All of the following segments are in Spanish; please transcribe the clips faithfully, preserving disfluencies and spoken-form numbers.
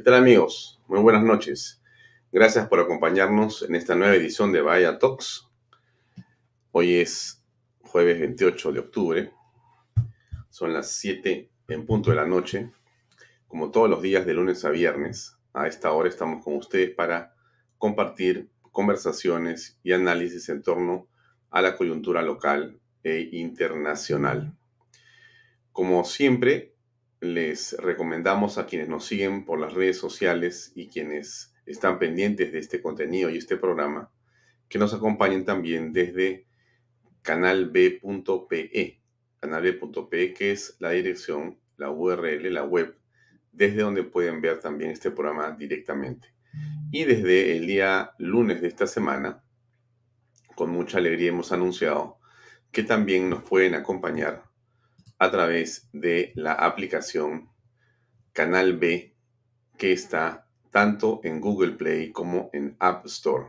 tal, amigos? Muy buenas noches. Gracias por acompañarnos en esta nueva edición de Bahía Talks. Hoy es jueves veintiocho de octubre. Son las siete en punto de la noche. Como todos los días de lunes a viernes, a esta hora estamos con ustedes para compartir conversaciones y análisis en torno a la coyuntura local e internacional. Como siempre, les recomendamos a quienes nos siguen por las redes sociales y quienes están pendientes de este contenido y este programa, que nos acompañen también desde canal b punto pe, canal b punto pe, que es la dirección, la U R L, la web, desde donde pueden ver también este programa directamente. Y desde el día lunes de esta semana, con mucha alegría hemos anunciado que también nos pueden acompañar a través de la aplicación Canal B, que está tanto en Google Play como en App Store.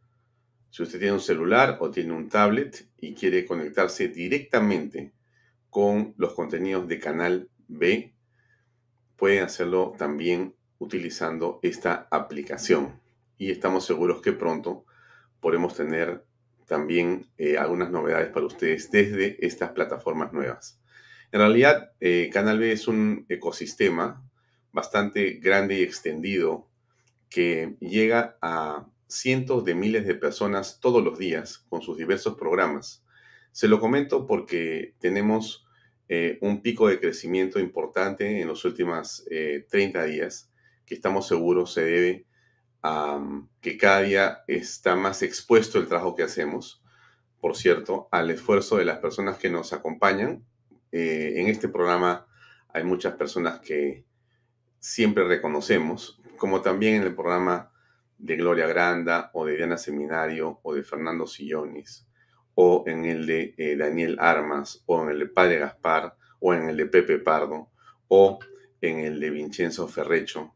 Si usted tiene un celular o tiene un tablet y quiere conectarse directamente con los contenidos de Canal B, pueden hacerlo también utilizando esta aplicación. Y estamos seguros que pronto podremos tener también eh, algunas novedades para ustedes desde estas plataformas nuevas. En realidad, eh, Canal B es un ecosistema bastante grande y extendido que llega a cientos de miles de personas todos los días con sus diversos programas. Se lo comento porque tenemos eh, un pico de crecimiento importante en los últimos eh, treinta días, que estamos seguros se debe a um, que cada día está más expuesto el trabajo que hacemos. Por cierto, al esfuerzo de las personas que nos acompañan. Eh, en este programa hay muchas personas que siempre reconocemos, como también en el programa de Gloria Granda o de Diana Seminario o de Fernando Sillonis, o en el de eh, Daniel Armas, o en el de Padre Gaspar, o en el de Pepe Pardo, o en el de Vincenzo Ferrecho,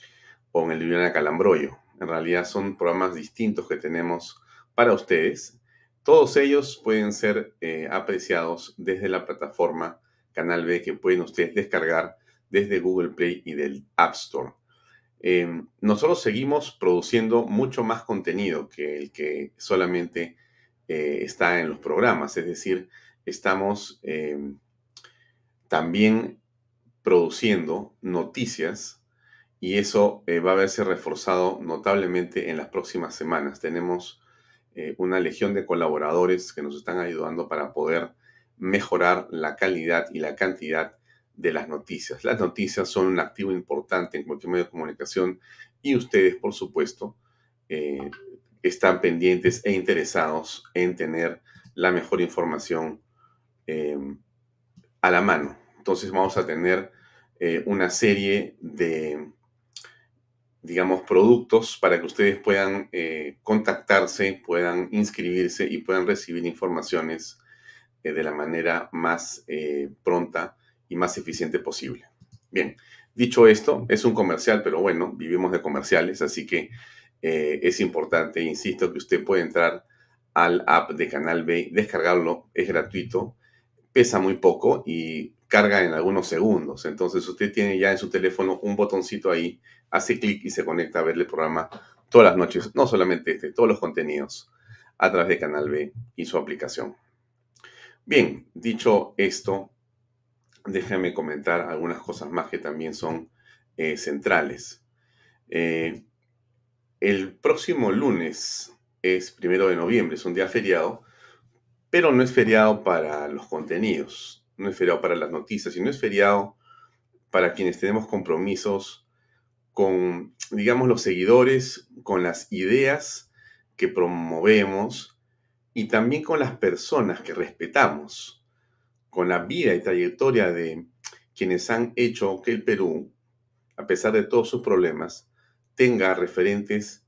o en el de Liliana Calambroyo. En realidad son programas distintos que tenemos para ustedes. Todos ellos pueden ser eh, apreciados desde la plataforma Canal B, que pueden ustedes descargar desde Google Play y del App Store. Eh, nosotros seguimos produciendo mucho más contenido que el que solamente eh, está en los programas. Es decir, estamos eh, también produciendo noticias y eso eh, va a verse reforzado notablemente en las próximas semanas. Tenemos eh, una legión de colaboradores que nos están ayudando para poder mejorar la calidad y la cantidad de las noticias. Las noticias son un activo importante en cualquier medio de comunicación y ustedes, por supuesto, eh, están pendientes e interesados en tener la mejor información eh, a la mano. Entonces vamos a tener eh, una serie de, digamos, productos para que ustedes puedan eh, contactarse, puedan inscribirse y puedan recibir informaciones eh, de la manera más eh, pronta y más eficiente posible. Bien, dicho esto, es un comercial, pero bueno, vivimos de comerciales, así que eh, es importante, insisto, que usted puede entrar al app de Canal B, descargarlo, es gratuito, pesa muy poco y carga en algunos segundos. Entonces usted tiene ya en su teléfono un botoncito ahí, hace clic y se conecta a ver el programa todas las noches, no solamente este, todos los contenidos a través de Canal B y su aplicación. Bien, dicho esto, déjame comentar algunas cosas más que también son eh, centrales. Eh, el próximo lunes es primero de noviembre, es un día feriado, pero no es feriado para los contenidos, no es feriado para las noticias, y no es feriado para quienes tenemos compromisos con, digamos, los seguidores, con las ideas que promovemos y también con las personas que respetamos, con la vida y trayectoria de quienes han hecho que el Perú, a pesar de todos sus problemas, tenga referentes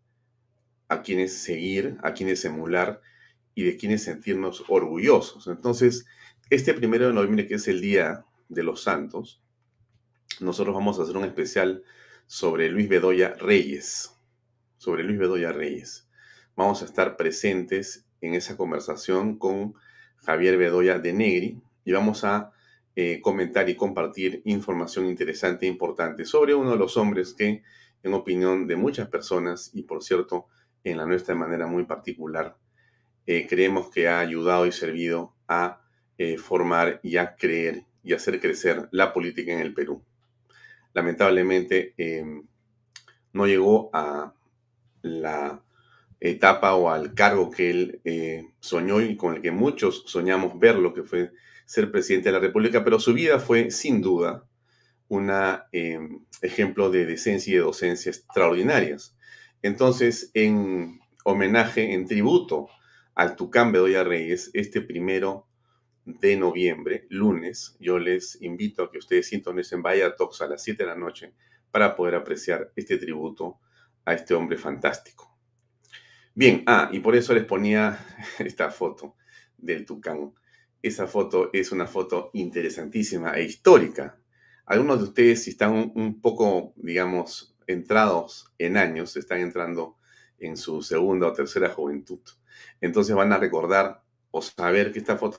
a quienes seguir, a quienes emular y de quienes sentirnos orgullosos. Entonces, este primero de noviembre, que es el Día de los Santos, nosotros vamos a hacer un especial sobre Luis Bedoya Reyes, sobre Luis Bedoya Reyes. Vamos a estar presentes en esa conversación con Javier Bedoya de Negri y vamos a eh, comentar y compartir información interesante e importante sobre uno de los hombres que en opinión de muchas personas y, por cierto, en la nuestra de manera muy particular, eh, creemos que ha ayudado y servido a eh, formar y a creer y hacer crecer la política en el Perú. Lamentablemente, eh, no llegó a la etapa o al cargo que él eh, soñó y con el que muchos soñamos verlo, que fue ser presidente de la República, pero su vida fue sin duda un eh, ejemplo de decencia y de docencia extraordinarias. Entonces, en homenaje, en tributo al Tucán Bedoya Reyes, este primero de noviembre, lunes, yo les invito a que ustedes sintonicen Vaya Talks a las siete de la noche para poder apreciar este tributo a este hombre fantástico. Bien, ah, y por eso les ponía esta foto del Tucán. Esa foto es una foto interesantísima e histórica. Algunos de ustedes, si están un, un poco, digamos, entrados en años, están entrando en su segunda o tercera juventud. Entonces van a recordar o saber que esta foto,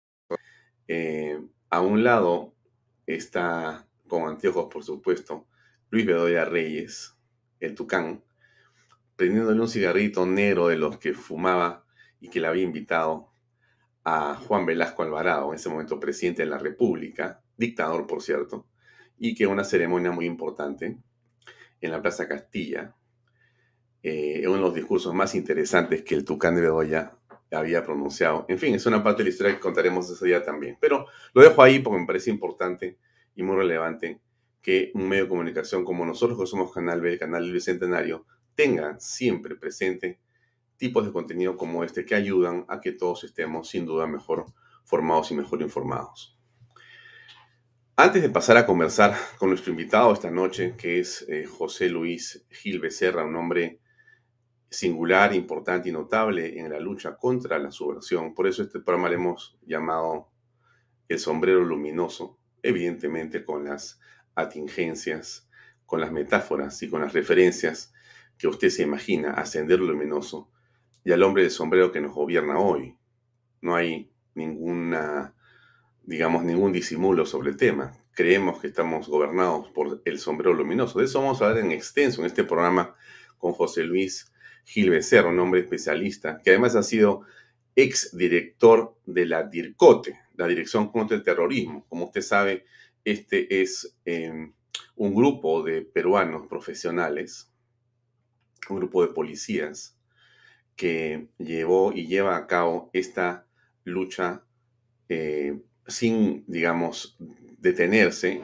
eh, a un lado está, con anteojos por supuesto, Luis Bedoya Reyes, el Tucán, prendiéndole un cigarrito negro de los que fumaba y que le había invitado a Juan Velasco Alvarado, en ese momento presidente de la República, dictador por cierto, y que una ceremonia muy importante en la Plaza Castilla, eh, uno de los discursos más interesantes que el Tucán de Bedoya había pronunciado. En fin, es una parte de la historia que contaremos ese día también. Pero lo dejo ahí porque me parece importante y muy relevante que un medio de comunicación como nosotros, que somos Canal B, el Canal del Bicentenario, tenga siempre presente tipos de contenido como este que ayudan a que todos estemos sin duda mejor formados y mejor informados. Antes de pasar a conversar con nuestro invitado esta noche, que es eh, José Luis Gil Becerra, un hombre singular, importante y notable en la lucha contra la subversión. Por eso este programa le hemos llamado El Sombrero Luminoso, evidentemente con las atingencias, con las metáforas y con las referencias que usted se imagina a Sendero Luminoso y al hombre de sombrero que nos gobierna hoy. No hay ninguna, digamos, ningún disimulo sobre el tema. Creemos que estamos gobernados por el sombrero luminoso. De eso vamos a hablar en extenso en este programa con José Luis Gil Becerra, un hombre especialista, que además ha sido exdirector de la DIRCOTE, la Dirección contra el Terrorismo. Como usted sabe, este es eh, un grupo de peruanos profesionales, un grupo de policías, que llevó y lleva a cabo esta lucha eh, sin, digamos, detenerse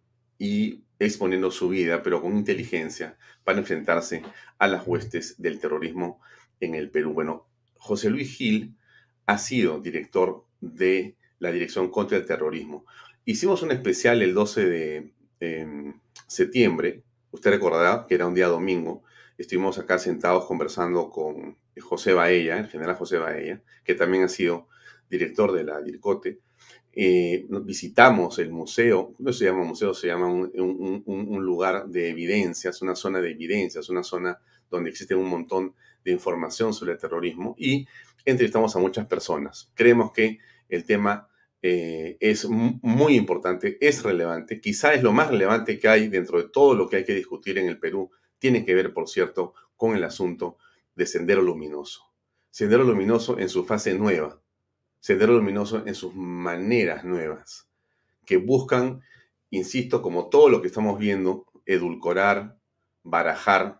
y exponiendo su vida, pero con inteligencia, para enfrentarse a las huestes del terrorismo en el Perú. Bueno, José Luis Gil ha sido director de la Dirección contra el Terrorismo. Hicimos un especial el doce de eh, septiembre, usted recordará que era un día domingo. Estuvimos acá sentados conversando con José Baella, el general José Baella, que también ha sido director de la DIRCOTE. Eh, visitamos el museo, no se llama museo, se llama un, un, un, un lugar de evidencias, una zona de evidencias, una zona donde existe un montón de información sobre el terrorismo y entrevistamos a muchas personas. Creemos que el tema eh, es muy importante, es relevante, quizá es lo más relevante que hay dentro de todo lo que hay que discutir en el Perú. Tiene que ver, por cierto, con el asunto de Sendero Luminoso. Sendero Luminoso en su fase nueva. Sendero Luminoso en sus maneras nuevas, que buscan, insisto, como todo lo que estamos viendo, edulcorar, barajar,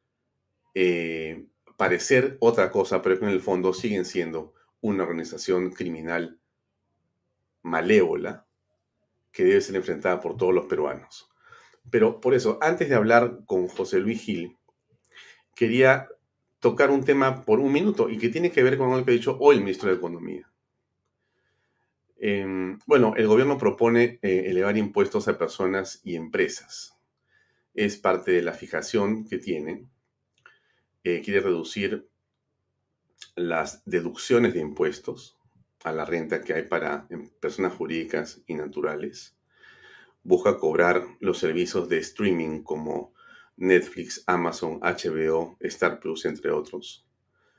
eh, parecer otra cosa, pero que en el fondo siguen siendo una organización criminal malévola que debe ser enfrentada por todos los peruanos. Pero por eso, antes de hablar con José Luis Gil, quería tocar un tema por un minuto y que tiene que ver con lo que ha dicho hoy el ministro de Economía. Eh, bueno, el gobierno propone eh, elevar impuestos a personas y empresas. Es parte de la fijación que tiene. Eh, quiere reducir las deducciones de impuestos a la renta que hay para personas jurídicas y naturales. Busca cobrar los servicios de streaming como Netflix, Amazon, H B O, Star Plus, entre otros.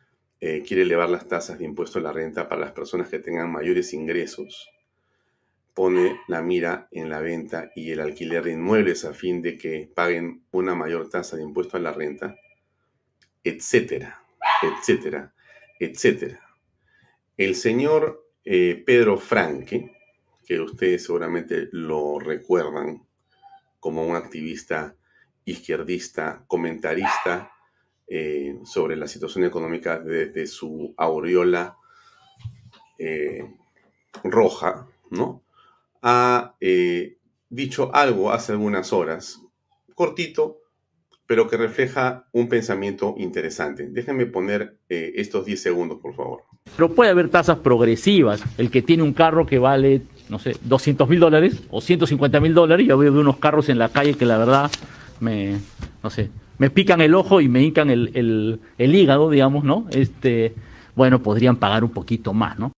Eh, quiere elevar las tasas de impuesto a la renta para las personas que tengan mayores ingresos. pone la mira en la venta y el alquiler de inmuebles a fin de que paguen una mayor tasa de impuesto a la renta, etcétera, etcétera, etcétera. El señor eh, Pedro Franque, que ustedes seguramente lo recuerdan como un activista izquierdista, comentarista eh, sobre la situación económica desde su aureola eh, roja, ¿no? Ha eh, dicho algo hace algunas horas, cortito, pero que refleja un pensamiento interesante. Déjenme poner eh, estos diez segundos, por favor. Pero puede haber tasas progresivas. El que tiene un carro que vale, no sé, doscientos mil dólares o ciento cincuenta mil dólares, yo veo unos carros en la calle que la verdad me, no sé, me pican el ojo y me hincan el, el, el hígado, digamos, ¿no? Este, bueno, podrían pagar un poquito más, ¿no?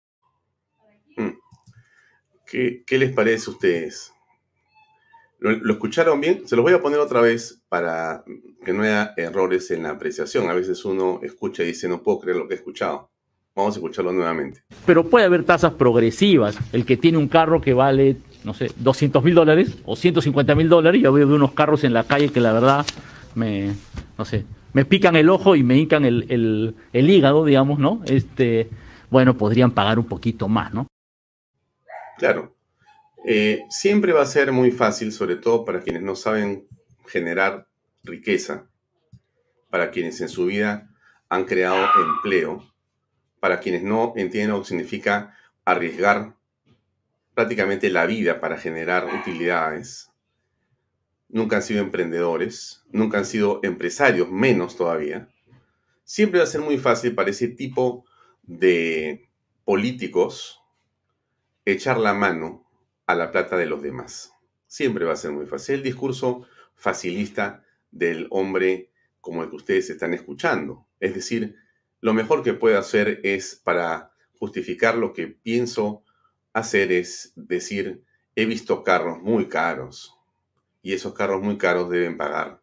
¿Qué, qué les parece a ustedes? ¿Lo, ¿Lo escucharon bien? Se los voy a poner otra vez para que no haya errores en la apreciación. A veces uno escucha y dice, no puedo creer lo que he escuchado. Vamos a escucharlo nuevamente. Pero puede haber tasas progresivas. El que tiene un carro que vale, no sé, doscientos mil dólares o ciento cincuenta mil dólares, yo veo unos carros en la calle que la verdad me, no sé, me pican el ojo y me hincan el, el, el hígado, digamos, ¿no? Este, bueno, podrían pagar un poquito más, ¿no? Claro, eh, siempre va a ser muy fácil, sobre todo para quienes no saben generar riqueza, para quienes en su vida han creado empleo, para quienes no entienden lo que significa arriesgar prácticamente la vida para generar utilidades. Nunca han sido emprendedores, nunca han sido empresarios, menos todavía. Siempre va a ser muy fácil para ese tipo de políticos echar la mano a la plata de los demás. Siempre va a ser muy fácil. El discurso facilista del hombre como el que ustedes están escuchando. Es decir, lo mejor que puedo hacer es, para justificar lo que pienso hacer, es decir, he visto carros muy caros y esos carros muy caros deben pagar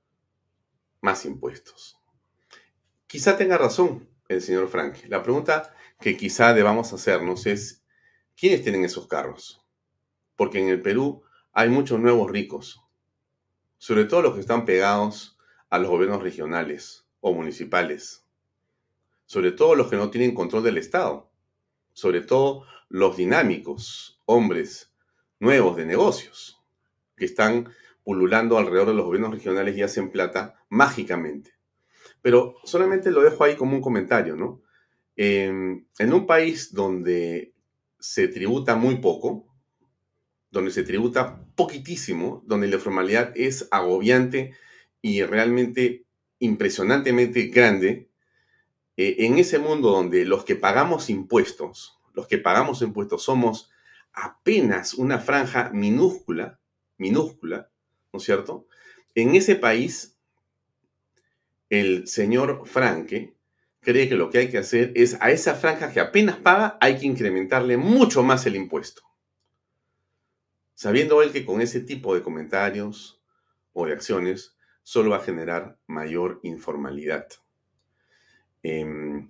más impuestos. Quizá tenga razón el señor Frank. La pregunta que quizá debamos hacernos es, ¿quiénes tienen esos carros? Porque en el Perú hay muchos nuevos ricos, sobre todo los que están pegados a los gobiernos regionales o municipales, sobre todo los que no tienen control del Estado, sobre todo los dinámicos, hombres nuevos de negocios, que están pululando alrededor de los gobiernos regionales y hacen plata mágicamente. Pero solamente lo dejo ahí como un comentario, ¿no? Eh, en un país donde se tributa muy poco, donde se tributa poquitísimo, donde la formalidad es agobiante y realmente impresionantemente grande, eh, en ese mundo donde los que pagamos impuestos, los que pagamos impuestos somos apenas una franja minúscula, minúscula, ¿no es cierto? En ese país, el señor Franke cree que lo que hay que hacer es a esa franja que apenas paga, hay que incrementarle mucho más el impuesto. Sabiendo él que con ese tipo de comentarios o de acciones solo va a generar mayor informalidad. Eh,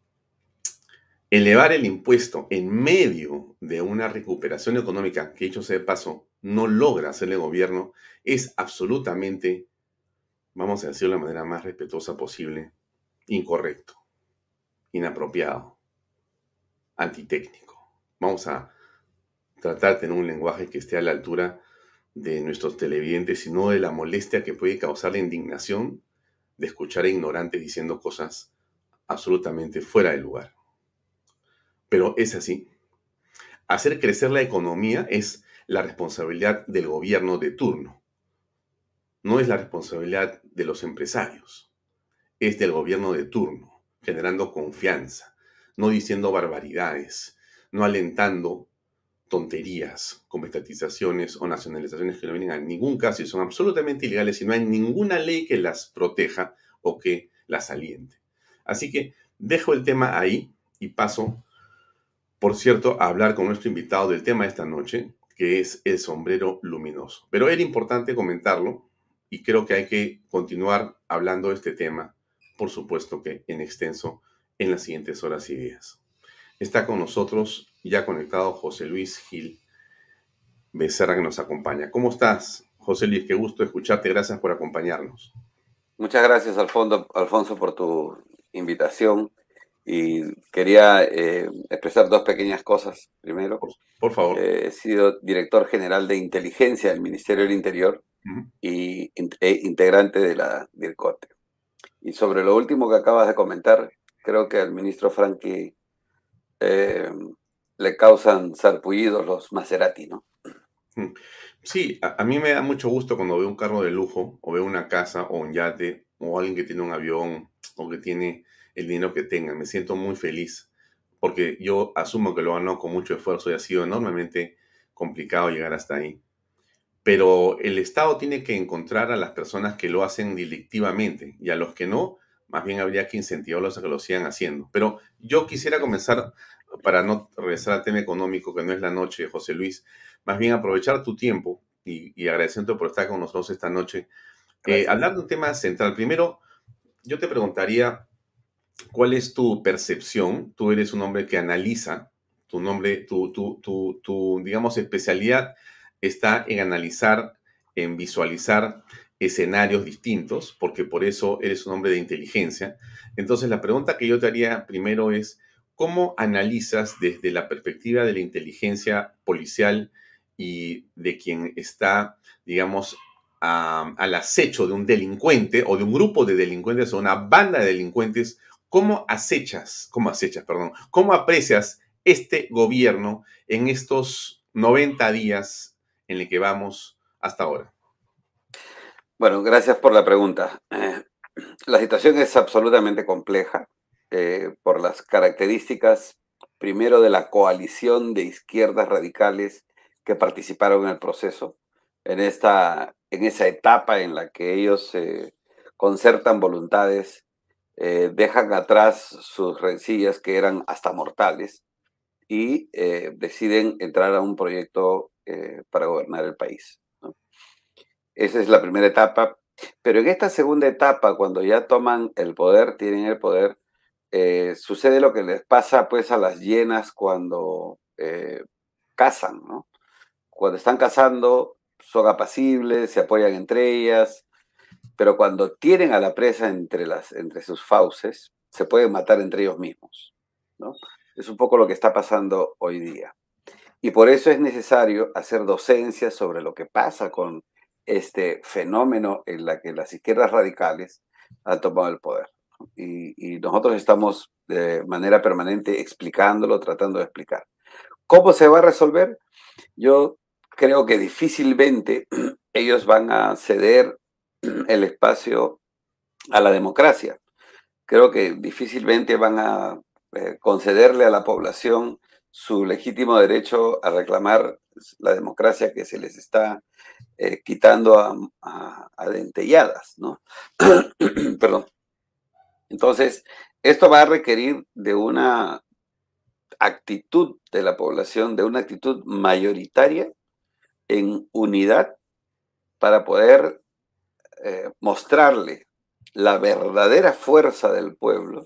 elevar el impuesto en medio de una recuperación económica, que dicho sea de paso, no logra hacer el gobierno, es absolutamente, vamos a decirlo de la manera más respetuosa posible, incorrecto, inapropiado, antitécnico. Vamos a tratar de tener un lenguaje que esté a la altura de nuestros televidentes y no de la molestia que puede causar la indignación de escuchar a ignorantes diciendo cosas absolutamente fuera de lugar. Pero es así. Hacer crecer la economía es la responsabilidad del gobierno de turno. No es la responsabilidad de los empresarios. Es del gobierno de turno, generando confianza, no diciendo barbaridades, no alentando tonterías como estatizaciones o nacionalizaciones que no vienen a ningún caso y son absolutamente ilegales y no hay ninguna ley que las proteja o que las aliente. Así que dejo el tema ahí y paso, por cierto, a hablar con nuestro invitado del tema de esta noche, que es el sombrero luminoso. Pero era importante comentarlo y creo que hay que continuar hablando de este tema, por supuesto que en extenso, en las siguientes horas y días. Está con nosotros ya conectado José Luis Gil, Becerra, que nos acompaña. ¿Cómo estás, José Luis? Qué gusto escucharte. Gracias por acompañarnos. Muchas gracias, Alfonso, Alfonso, por tu invitación. Y quería eh, expresar dos pequeñas cosas. Primero, Por, por favor. eh, he sido director general de inteligencia del Ministerio del Interior Uh-huh. y in- e integrante de la DIRCOTE. Y sobre lo último que acabas de comentar, creo que al ministro Franqui eh, le causan sarpullidos los Maserati, ¿no? Sí, a, a mí me da mucho gusto cuando veo un carro de lujo, o veo una casa, o un yate, o alguien que tiene un avión, o que tiene el dinero que tenga. Me siento muy feliz, porque yo asumo que lo ganó con mucho esfuerzo y ha sido enormemente complicado llegar hasta ahí. Pero el Estado tiene que encontrar a las personas que lo hacen delictivamente, y a los que no, más bien habría que incentivarlos a que lo sigan haciendo. Pero yo quisiera comenzar, para no regresar al tema económico, que no es la noche, José Luis, más bien aprovechar tu tiempo y, y agradeciendo por estar con nosotros esta noche. Eh, Gracias. hablar de un tema central. Primero, yo te preguntaría, ¿cuál es tu percepción? Tú eres un hombre que analiza, tu nombre, tu, tu, tu, tu, digamos, especialidad está en analizar, en visualizar escenarios distintos, porque por eso eres un hombre de inteligencia. Entonces, la pregunta que yo te haría primero es, ¿cómo analizas desde la perspectiva de la inteligencia policial y de quien está, digamos, a- al acecho de un delincuente o de un grupo de delincuentes o una banda de delincuentes? ¿Cómo acechas, cómo acechas, perdón, cómo aprecias este gobierno en estos noventa días en el que vamos hasta ahora? Bueno, gracias por la pregunta. Eh, la situación es absolutamente compleja eh, por las características, primero, de la coalición de izquierdas radicales que participaron en el proceso, en, esta, en esa etapa en la que ellos eh, concertan voluntades, eh, dejan atrás sus rencillas que eran hasta mortales y eh, deciden entrar a un proyecto eh, para gobernar el país, ¿no? Esa es la primera etapa. Pero en esta segunda etapa, cuando ya toman el poder, tienen el poder, eh, sucede lo que les pasa pues a las hienas cuando eh, cazan, ¿no? Cuando están cazando son apacibles, se apoyan entre ellas, pero cuando tienen a la presa entre, las, entre sus fauces, se pueden matar entre ellos mismos, ¿no? Es un poco lo que está pasando hoy día. Y por eso es necesario hacer docencia sobre lo que pasa con este fenómeno en la que las izquierdas radicales han tomado el poder. Y, y nosotros estamos de manera permanente explicándolo, tratando de explicar. ¿Cómo se va a resolver? Yo creo que difícilmente ellos van a ceder el espacio a la democracia. Creo que difícilmente van a eh, concederle a la población su legítimo derecho a reclamar la democracia que se les está eh, quitando a, a, a dentelladas, ¿no? Perdón. Entonces, esto va a requerir de una actitud de la población, de una actitud mayoritaria en unidad para poder eh, mostrarle la verdadera fuerza del pueblo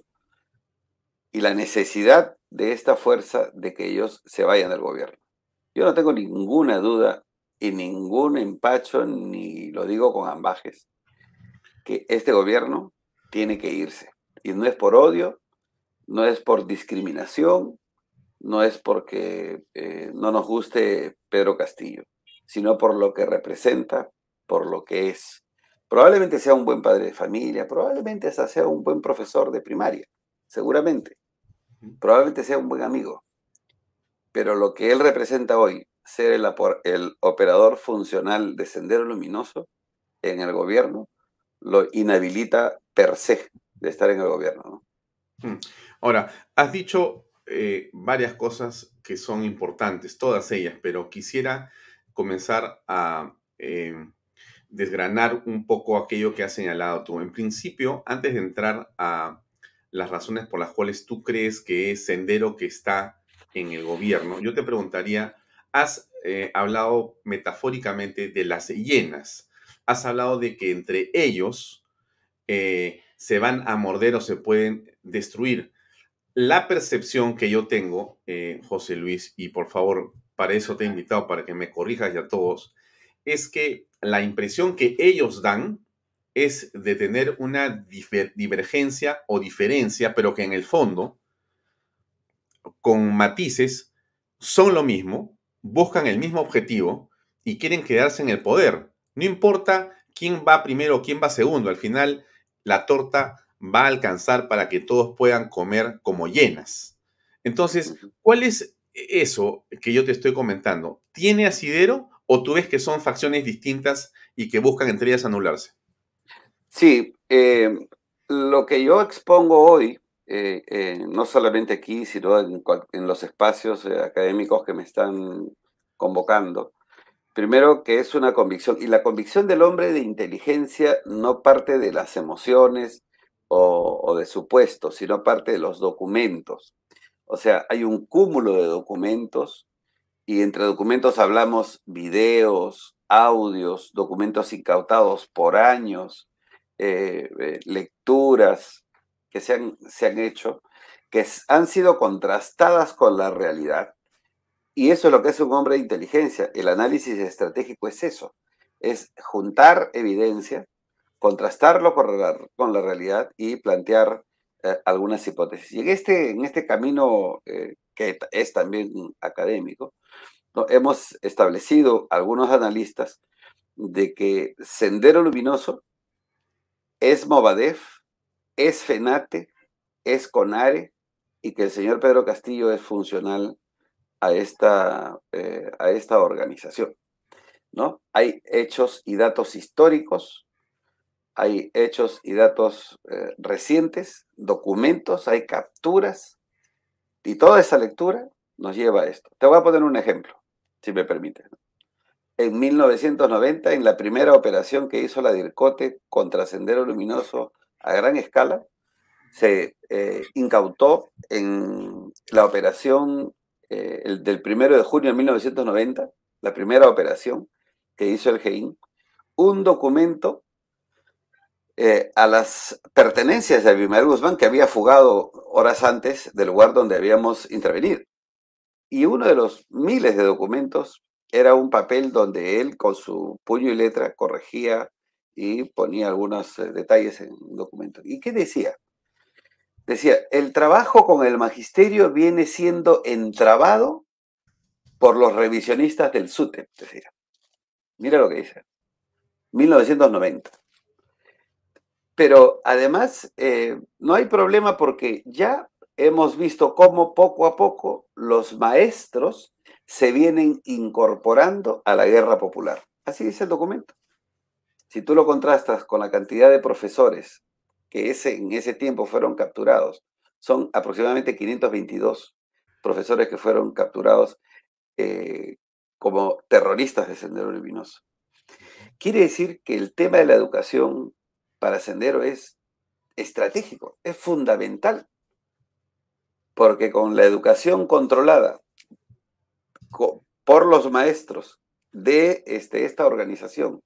y la necesidad de esta fuerza de que ellos se vayan del gobierno. Yo no tengo ninguna duda y ningún empacho, ni lo digo con ambajes, que este gobierno tiene que irse. Y no es por odio, no es por discriminación, no es porque eh, no nos guste Pedro Castillo, sino por lo que representa, por lo que es. Probablemente sea un buen padre de familia, probablemente hasta sea un buen profesor de primaria, seguramente. Probablemente sea un buen amigo, pero lo que él representa hoy, ser el, el operador funcional de Sendero Luminoso en el gobierno, lo inhabilita per se de estar en el gobierno, ¿no? Ahora, has dicho eh, varias cosas que son importantes, todas ellas, pero quisiera comenzar a eh, desgranar un poco aquello que has señalado tú. En principio, antes de entrar a las razones por las cuales tú crees que es Sendero que está en el gobierno, yo te preguntaría, has eh, hablado metafóricamente de las hienas, has hablado de que entre ellos eh, se van a morder o se pueden destruir. La percepción que yo tengo, eh, José Luis, y por favor, para eso te he invitado, para que me corrijas y a todos, es que la impresión que ellos dan es de tener una difer- divergencia o diferencia, pero que en el fondo, con matices, son lo mismo, buscan el mismo objetivo y quieren quedarse en el poder. No importa quién va primero o quién va segundo, al final la torta va a alcanzar para que todos puedan comer como llenas. Entonces, Ujú. ¿cuál es eso que yo te estoy comentando? ¿Tiene asidero o tú ves que son facciones distintas y que buscan entre ellas anularse? Sí, eh, lo que yo expongo hoy, eh, eh, no solamente aquí, sino en, cual- en los espacios eh, académicos que me están convocando, primero que es una convicción, y la convicción del hombre de inteligencia no parte de las emociones o, o de supuestos, sino parte de los documentos. O sea, hay un cúmulo de documentos y entre documentos hablamos videos, audios, documentos incautados por años, eh, eh, lecturas que se han, se han hecho, que s- han sido contrastadas con la realidad. Y eso es lo que es un hombre de inteligencia. El análisis estratégico es eso, es juntar evidencia, contrastarlo con la, con la realidad y plantear eh, algunas hipótesis. Y en este, en este camino, eh, que es también académico, ¿no? Hemos establecido algunos analistas de que Sendero Luminoso es Movadef, es FENATE, es CONARE y que el señor Pedro Castillo es funcional a esta, eh, a esta organización, ¿no? Hay hechos y datos históricos, hay hechos y datos eh, recientes, documentos, hay capturas y toda esa lectura nos lleva a esto. Te voy a poner un ejemplo, si me permites. En mil novecientos noventa, en la primera operación que hizo la DIRCOTE contra Sendero Luminoso a gran escala, se eh, incautó en la operación eh, el del primero de junio de mil novecientos noventa, la primera operación que hizo el G E I N, un documento eh, a las pertenencias de Abimael Guzmán que había fugado horas antes del lugar donde habíamos intervenido. Y uno de los miles de documentos era un papel donde él con su puño y letra corregía y ponía algunos eh, detalles en un documento. ¿Y qué decía? Decía, el trabajo con el magisterio viene siendo entrabado por los revisionistas del SUTEP, decía. Mira lo que dice, mil novecientos noventa. Pero además eh, no hay problema porque ya hemos visto cómo poco a poco los maestros se vienen incorporando a la guerra popular. Así dice el documento. Si tú lo contrastas con la cantidad de profesores que ese, en ese tiempo fueron capturados, son aproximadamente quinientos veintidós profesores que fueron capturados eh, como terroristas de Sendero Luminoso. Quiere decir que el tema de la educación para Sendero es estratégico, es fundamental, porque con la educación controlada co- por los maestros de este, esta organización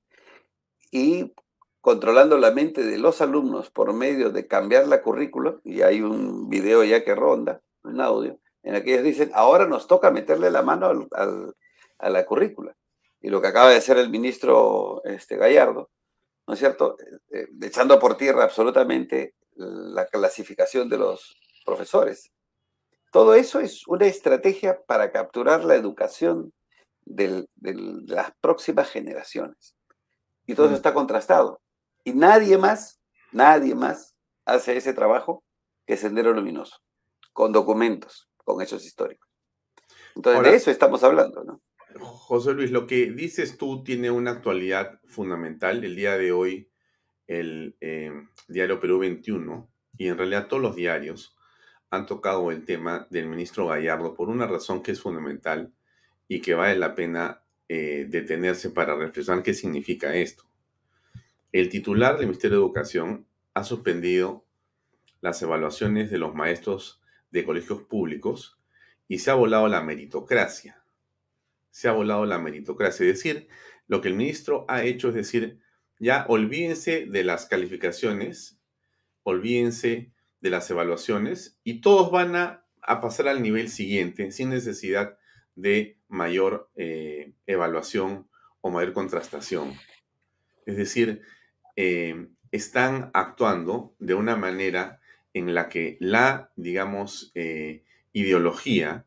y controlando la mente de los alumnos por medio de cambiar la currícula, y hay un video ya que ronda, un audio, en el que ellos dicen, ahora nos toca meterle la mano al- al- a la currícula. Y lo que acaba de hacer el ministro este, Gallardo, ¿no es cierto? Eh, eh, echando por tierra absolutamente la clasificación de los profesores. Todo eso es una estrategia para capturar la educación del- del- de las próximas generaciones. Y todo eso Mm. está contrastado. Y nadie más, nadie más hace ese trabajo que Sendero Luminoso, con documentos, con hechos históricos. Entonces, de Ahora, eso estamos hablando, ¿no? José Luis, lo que dices tú tiene una actualidad fundamental. El día de hoy, el eh, diario Perú veintiuno y en realidad todos los diarios han tocado el tema del ministro Gallardo por una razón que es fundamental y que vale la pena eh, detenerse para reflexionar qué significa esto. El titular del Ministerio de Educación ha suspendido las evaluaciones de los maestros de colegios públicos y se ha volado la meritocracia. Se ha volado la meritocracia. Es decir, lo que el ministro ha hecho es decir, ya olvídense de las calificaciones, olvídense de las evaluaciones y todos van a, a pasar al nivel siguiente sin necesidad de mayor eh, evaluación o mayor contrastación. Es decir, eh, están actuando de una manera en la que la, digamos, eh, ideología,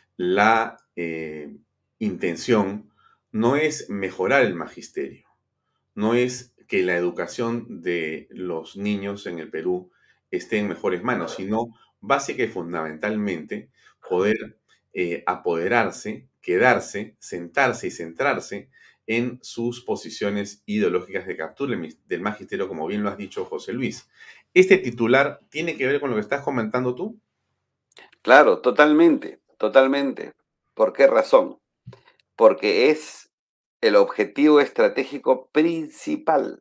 la eh, intención no es mejorar el magisterio, no es que la educación de los niños en el Perú esté en mejores manos, sino básica y fundamentalmente poder eh, apoderarse, quedarse, sentarse y centrarse en sus posiciones ideológicas de captura del magisterio, como bien lo has dicho, José Luis. ¿Este titular tiene que ver con lo que estás comentando tú? Claro, totalmente, totalmente. ¿Por qué razón? Porque es el objetivo estratégico principal.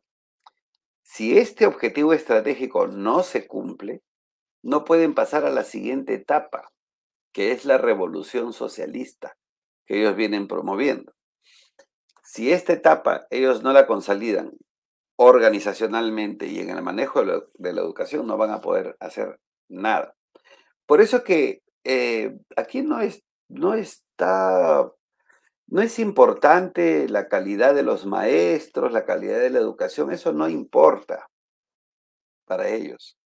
Si este objetivo estratégico no se cumple, no pueden pasar a la siguiente etapa, que es la revolución socialista que ellos vienen promoviendo. Si esta etapa ellos no la consolidan organizacionalmente y en el manejo de la, de la educación, no van a poder hacer nada. Por eso que eh, aquí no, es, no está, no es importante la calidad de los maestros, la calidad de la educación, eso no importa para ellos.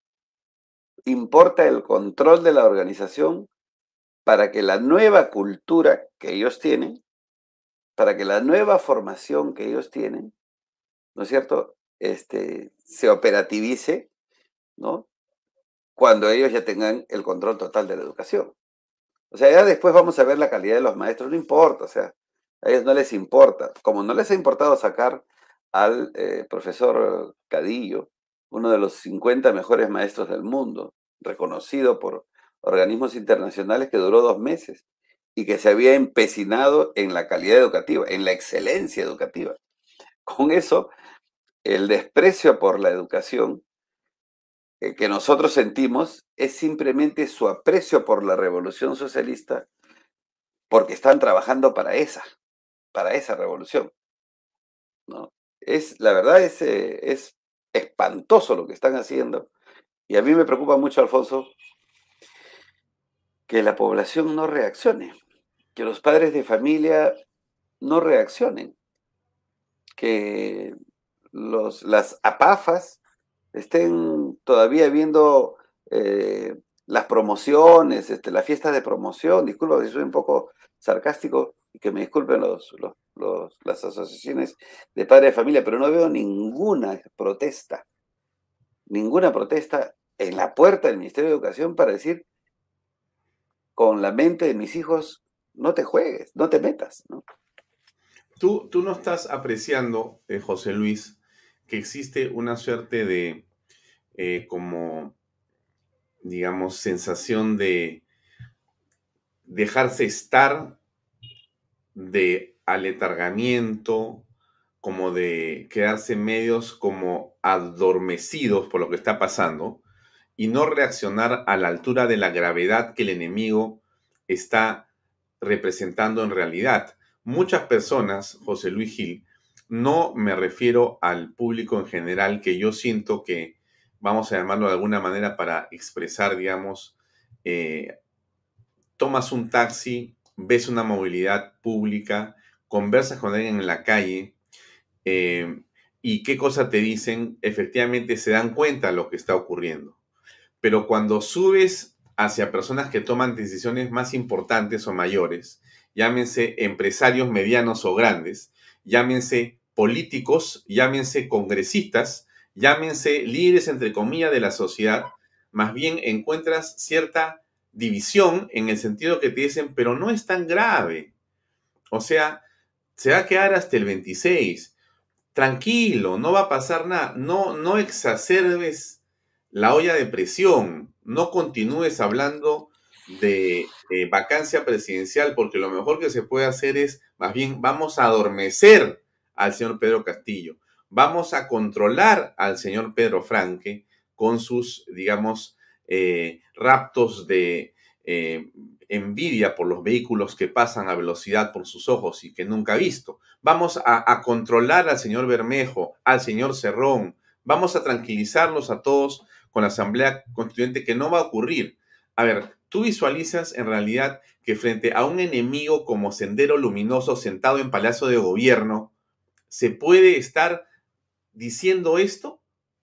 Importa el control de la organización para que la nueva cultura que ellos tienen, para que la nueva formación que ellos tienen, ¿no es cierto?, este, se operativice, ¿no?, cuando ellos ya tengan el control total de la educación. O sea, ya después vamos a ver la calidad de los maestros, no importa, o sea, a ellos no les importa. Como no les ha importado sacar al eh, profesor Cadillo, uno de los cincuenta mejores maestros del mundo, reconocido por organismos internacionales, que duró dos meses y que se había empecinado en la calidad educativa, en la excelencia educativa. Con eso, el desprecio por la educación eh, que nosotros sentimos es simplemente su aprecio por la revolución socialista, porque están trabajando para esa, para esa revolución, ¿no? Es, la verdad es, eh, es espantoso lo que están haciendo. Y a mí me preocupa mucho, Alfonso, que la población no reaccione, que los padres de familia no reaccionen, que los, las apafas estén todavía viendo eh, las promociones, este, las fiestas de promoción. Disculpa si soy un poco sarcástico y que me disculpen los, los, los- las asociaciones de padres de familia, pero no veo ninguna protesta, ninguna protesta en la puerta del Ministerio de Educación para decir, con la mente de mis hijos, no te juegues, no te metas, ¿no? Tú, tú no estás apreciando, eh, José Luis, que existe una suerte de, eh, como, digamos, sensación de dejarse estar, de aletargamiento, como de quedarse medios como adormecidos por lo que está pasando y no reaccionar a la altura de la gravedad que el enemigo está representando en realidad. Muchas personas, José Luis Gil, no me refiero al público en general, que yo siento que, vamos a llamarlo de alguna manera para expresar, digamos, eh, tomas un taxi, ves una movilidad pública, conversas con alguien en la calle, eh, y qué cosa te dicen, efectivamente se dan cuenta de lo que está ocurriendo. Pero cuando subes hacia personas que toman decisiones más importantes o mayores, llámense empresarios medianos o grandes, llámense políticos, llámense congresistas, llámense líderes, entre comillas, de la sociedad, más bien encuentras cierta división en el sentido que te dicen, pero no es tan grave. O sea, se va a quedar hasta el veintiséis. Tranquilo, no va a pasar nada. No, no exacerbes la olla de presión. No continúes hablando de eh, vacancia presidencial, porque lo mejor que se puede hacer es, más bien, vamos a adormecer al señor Pedro Castillo. Vamos a controlar al señor Pedro Franque con sus, digamos, eh, raptos de eh, envidia por los vehículos que pasan a velocidad por sus ojos y que nunca ha visto. Vamos a, a controlar al señor Bermejo, al señor Cerrón. Vamos a tranquilizarlos a todos con la Asamblea Constituyente, que no va a ocurrir. a ver, tú visualizas en realidad que frente a un enemigo como Sendero Luminoso sentado en Palacio de Gobierno, ¿se puede estar diciendo esto?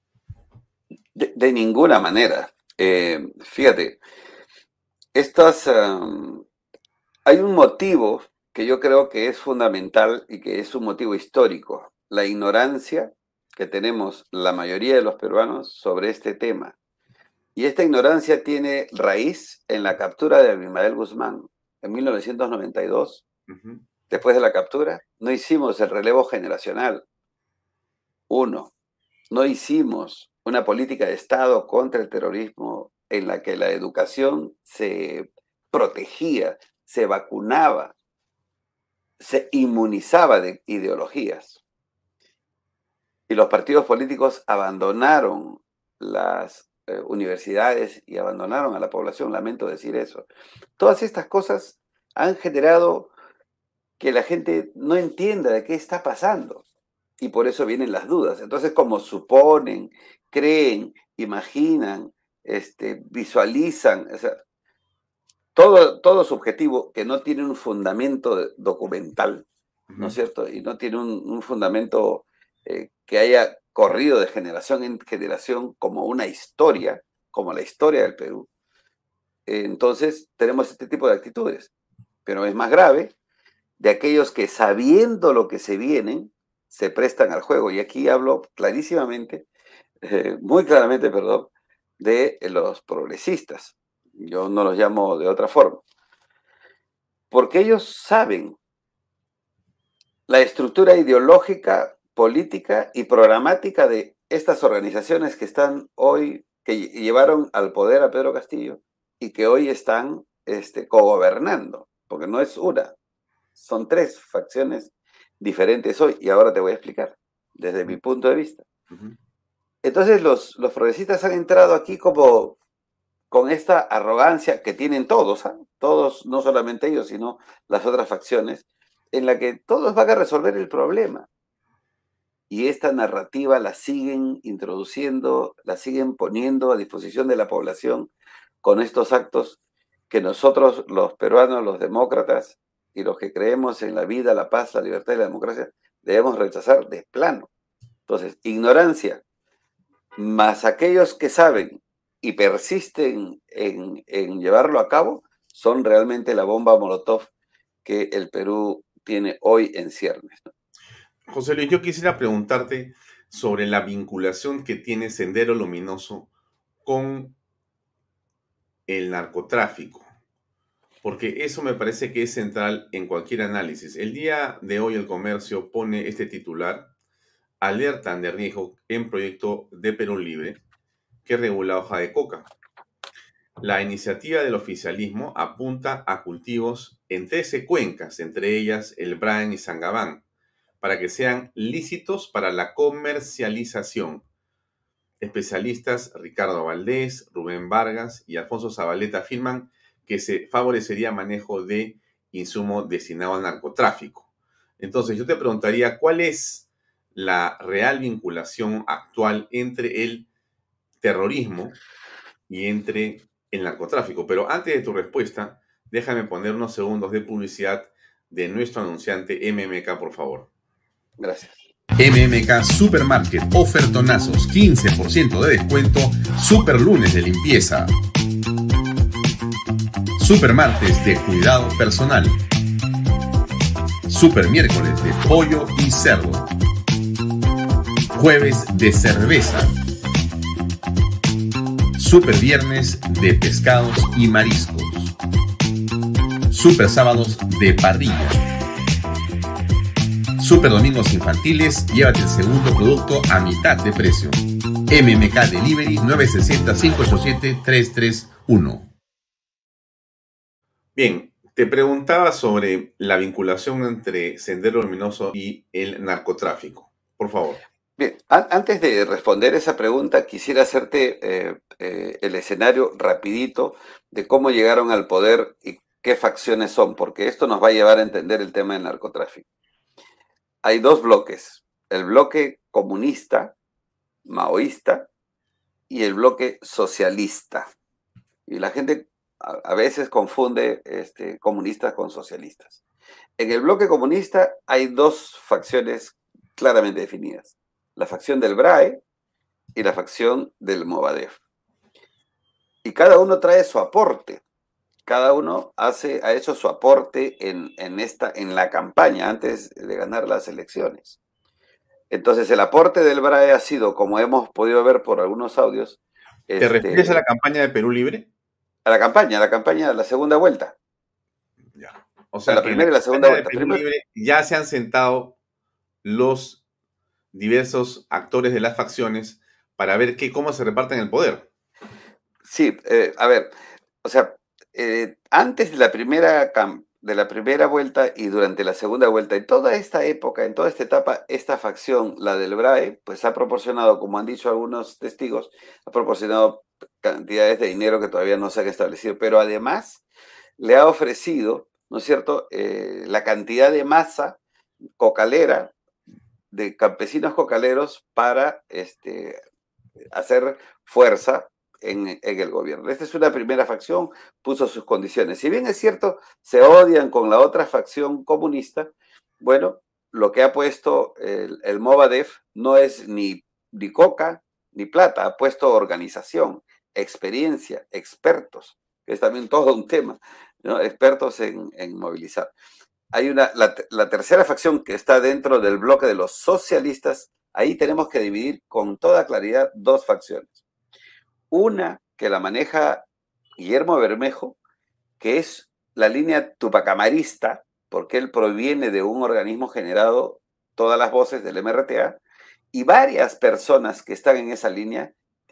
De, de ninguna manera. Eh, fíjate, estas, um, hay un motivo que yo creo que es fundamental y que es un motivo histórico, la ignorancia que tenemos la mayoría de los peruanos sobre este tema. Y esta ignorancia tiene raíz en la captura de Abimael Guzmán en mil novecientos noventa y dos. Uh-huh. Después de la captura, no hicimos el relevo generacional. Uno, no hicimos una política de Estado contra el terrorismo en la que la educación se protegía, se vacunaba, se inmunizaba de ideologías. Y los partidos políticos abandonaron las eh, universidades y abandonaron a la población, lamento decir eso. Todas estas cosas han generado que la gente no entienda de qué está pasando. Y por eso vienen las dudas. Entonces, como suponen, creen, imaginan, este, visualizan, o sea, todo, todo subjetivo que no tiene un fundamento documental, ¿no es cierto? Y no tiene un, un fundamento eh, que haya corrido de generación en generación como una historia, como la historia del Perú. Eh, entonces, tenemos este tipo de actitudes. Pero es más grave de aquellos que, sabiendo lo que se vienen, se prestan al juego. Y aquí hablo clarísimamente, eh, muy claramente, perdón, de los progresistas. Yo no los llamo de otra forma. Porque ellos saben la estructura ideológica, política y programática de estas organizaciones que están hoy, que llevaron al poder a Pedro Castillo y que hoy están este, cogobernando. Porque no es una, son tres facciones diferentes hoy, y ahora te voy a explicar, desde mi punto de vista. Uh-huh. Entonces los, los progresistas han entrado aquí como con esta arrogancia que tienen todos, ¿eh? Todos, no solamente ellos, sino las otras facciones, en la que todos van a resolver el problema. Y esta narrativa la siguen introduciendo, la siguen poniendo a disposición de la población con estos actos que nosotros, los peruanos, los demócratas, y los que creemos en la vida, la paz, la libertad y la democracia, debemos rechazar de plano. Entonces, ignorancia, más aquellos que saben y persisten en, en llevarlo a cabo, son realmente la bomba Molotov que el Perú tiene hoy en ciernes, ¿no? José Luis, yo quisiera preguntarte sobre la vinculación que tiene Sendero Luminoso con el narcotráfico, porque eso me parece que es central en cualquier análisis. El día de hoy El Comercio pone este titular: alertan de riesgo en proyecto de Perú Libre que regula hoja de coca. La iniciativa del oficialismo apunta a cultivos en trece cuencas, entre ellas el Braen y Sangabán, para que sean lícitos para la comercialización. Especialistas Ricardo Valdés, Rubén Vargas y Alfonso Zabaleta afirman que se favorecería manejo de insumo destinado al narcotráfico. Entonces, yo te preguntaría, ¿cuál es la real vinculación actual entre el terrorismo y entre el narcotráfico? Pero antes de tu respuesta, déjame poner unos segundos de publicidad de nuestro anunciante M M K, por favor. Gracias. M M K Supermarket, ofertonazos, quince por ciento de descuento, super lunes de limpieza, super martes de cuidado personal, super miércoles de pollo y cerdo, jueves de cerveza, super viernes de pescados y mariscos, super sábados de parrilla, super domingos infantiles, llévate el segundo producto a mitad de precio. M M K Delivery nueve seis cero, cinco ocho siete, tres tres uno. Bien, te preguntaba sobre la vinculación entre Sendero Luminoso y el narcotráfico. Por favor. Bien, a- antes de responder esa pregunta, quisiera hacerte eh, eh, el escenario rapidito de cómo llegaron al poder y qué facciones son, porque esto nos va a llevar a entender el tema del narcotráfico. Hay dos bloques, el bloque comunista, maoísta, y el bloque socialista. Y la gente a, a veces confunde este, comunistas con socialistas. En el bloque comunista hay dos facciones claramente definidas. La facción del B R A E y la facción del Movadef. Y cada uno trae su aporte. Cada uno hace, ha hecho su aporte en, en, esta, en la campaña antes de ganar las elecciones. Entonces, el aporte del B R A E ha sido, como hemos podido ver por algunos audios... ¿Te este, refieres a la campaña de Perú Libre? A la campaña, a la campaña de la segunda vuelta. Ya. O sea, a la que primera en y la segunda campaña de vuelta. Perú Primero, Libre ya se han sentado los diversos actores de las facciones para ver qué, cómo se reparten el poder. sí, eh, a ver, o sea, eh, antes de la primera cam- de la primera vuelta y durante la segunda vuelta, en toda esta época, en toda esta etapa, esta facción, la del B R A E, pues ha proporcionado, como han dicho algunos testigos, ha proporcionado cantidades de dinero que todavía no se han establecido, pero además le ha ofrecido, ¿no es cierto?, eh, la cantidad de masa cocalera de campesinos cocaleros para este, hacer fuerza en, en, el gobierno. Esta es una primera facción, puso sus condiciones. Si bien es cierto, se odian con la otra facción comunista, bueno, lo que ha puesto el, el Movadef no es ni, ni coca ni plata, ha puesto organización, experiencia, expertos, que es también todo un tema, ¿no? Expertos en, en movilizar. Hay una, la, la tercera facción que está dentro del bloque de los socialistas. Ahí tenemos que dividir con toda claridad dos facciones. Una que la maneja Guillermo Bermejo, que es la línea tupacamarista, porque él proviene de un organismo generado, todas las voces del M R T A, y varias personas que están en esa línea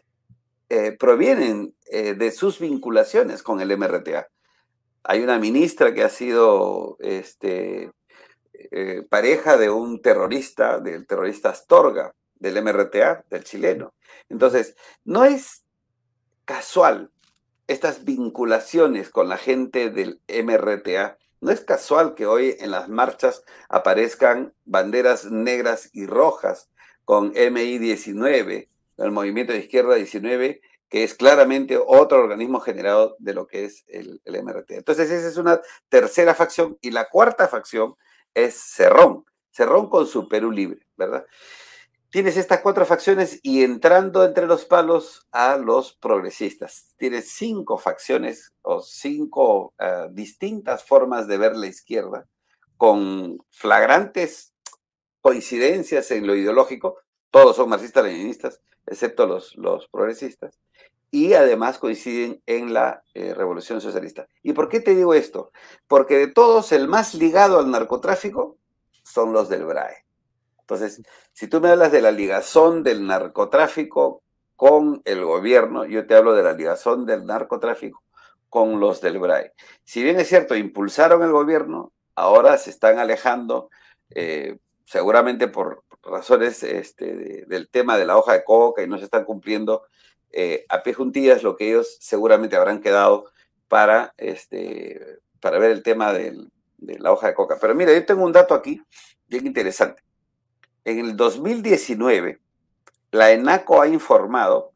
eh, provienen eh, de sus vinculaciones con el M R T A. Hay una ministra que ha sido este, eh, pareja de un terrorista, del terrorista Astorga, del M R T A, del chileno. Entonces, no es casual estas vinculaciones con la gente del M R T A. No es casual que hoy en las marchas aparezcan banderas negras y rojas con M I diecinueve, el Movimiento de Izquierda diecinueve, que es claramente otro organismo generado de lo que es el, el M R T A. Entonces esa es una tercera facción, y la cuarta facción es Cerrón. Cerrón con su Perú Libre, ¿verdad? Tienes estas cuatro facciones y entrando entre los palos a los progresistas. Tienes cinco facciones o cinco uh, distintas formas de ver la izquierda, con flagrantes coincidencias en lo ideológico. Todos son marxistas-leninistas, excepto los, los progresistas. Y además coinciden en la eh, revolución socialista. ¿Y por qué te digo esto? Porque de todos, el más ligado al narcotráfico son los del B R A E. Entonces, si tú me hablas de la ligazón del narcotráfico con el gobierno, yo te hablo de la ligazón del narcotráfico con los del B R A E. Si bien es cierto, impulsaron el gobierno, ahora se están alejando, eh, seguramente por razones este, de, del tema de la hoja de coca, y no se están cumpliendo eh, a pie juntillas lo que ellos seguramente habrán quedado para, este, para ver el tema del, de la hoja de coca. Pero mira, yo tengo un dato aquí bien interesante. En el dos mil diecinueve, la ENACO ha informado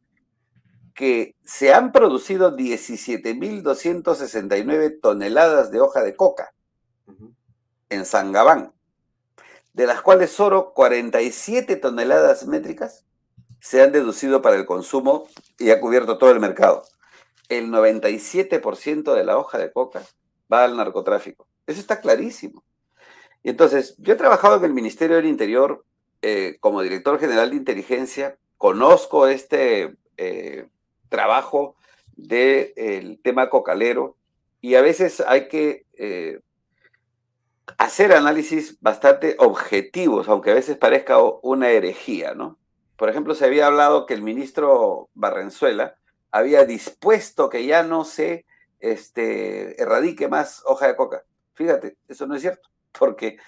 que se han producido diecisiete mil doscientas sesenta y nueve toneladas de hoja de coca uh-huh. en Sangabán, de las cuales solo cuarenta y siete toneladas métricas se han deducido para el consumo y ha cubierto todo el mercado. El noventa y siete por ciento de la hoja de coca va al narcotráfico. Eso está clarísimo. Y entonces, yo he trabajado en el Ministerio del Interior eh, como director general de inteligencia, conozco este eh, trabajo del de, tema cocalero, y a veces hay que eh, hacer análisis bastante objetivos, aunque a veces parezca una herejía, ¿no? Por ejemplo, se había hablado que el ministro Barrenzuela había dispuesto que ya no se este, erradique más hoja de coca. Fíjate, eso no es cierto, porque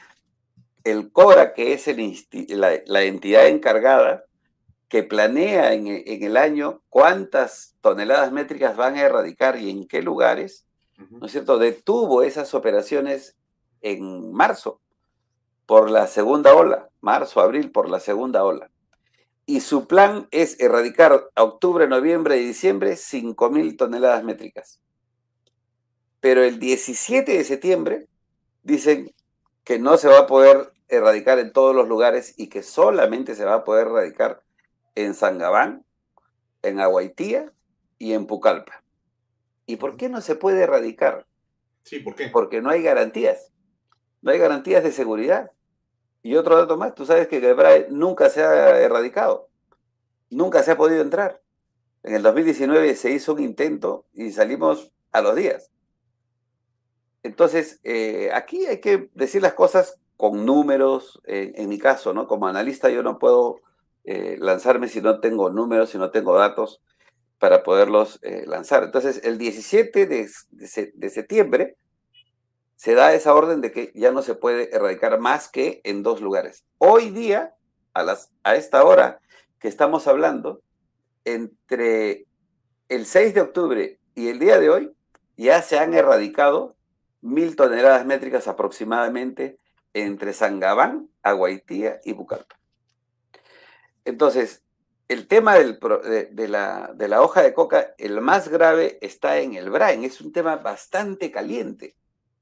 el CORA, que es el la, la entidad encargada que planea en, en el año cuántas toneladas métricas van a erradicar y en qué lugares, ¿no es cierto?, detuvo esas operaciones en marzo por la segunda ola, marzo, abril por la segunda ola. Y su plan es erradicar a octubre, noviembre y diciembre cinco mil toneladas métricas. pero el diecisiete de septiembre dicen que no se va a poder erradicar en todos los lugares y que solamente se va a poder erradicar en Sangabán, en Aguaitía y en Pucallpa. ¿Y por qué no se puede erradicar? Sí, ¿por qué? Porque no hay garantías. No hay garantías de seguridad. Y otro dato más, tú sabes que el Braille nunca se ha erradicado. Nunca se ha podido entrar. En el dos mil diecinueve se hizo un intento y salimos a los días. Entonces, eh, aquí hay que decir las cosas con números. Eh, en mi caso, ¿no? Como analista yo no puedo eh, lanzarme si no tengo números, si no tengo datos para poderlos eh, lanzar. Entonces, el diecisiete de, de, de septiembre se da esa orden de que ya no se puede erradicar más que en dos lugares. Hoy día, a, las, a esta hora que estamos hablando, entre el seis de octubre y el día de hoy, ya se han erradicado mil toneladas métricas aproximadamente entre Sangabán, Aguaitía y Pucallpa. Entonces, el tema del, de, de, la, de la hoja de coca, el más grave está en el Brain. Es un tema bastante caliente.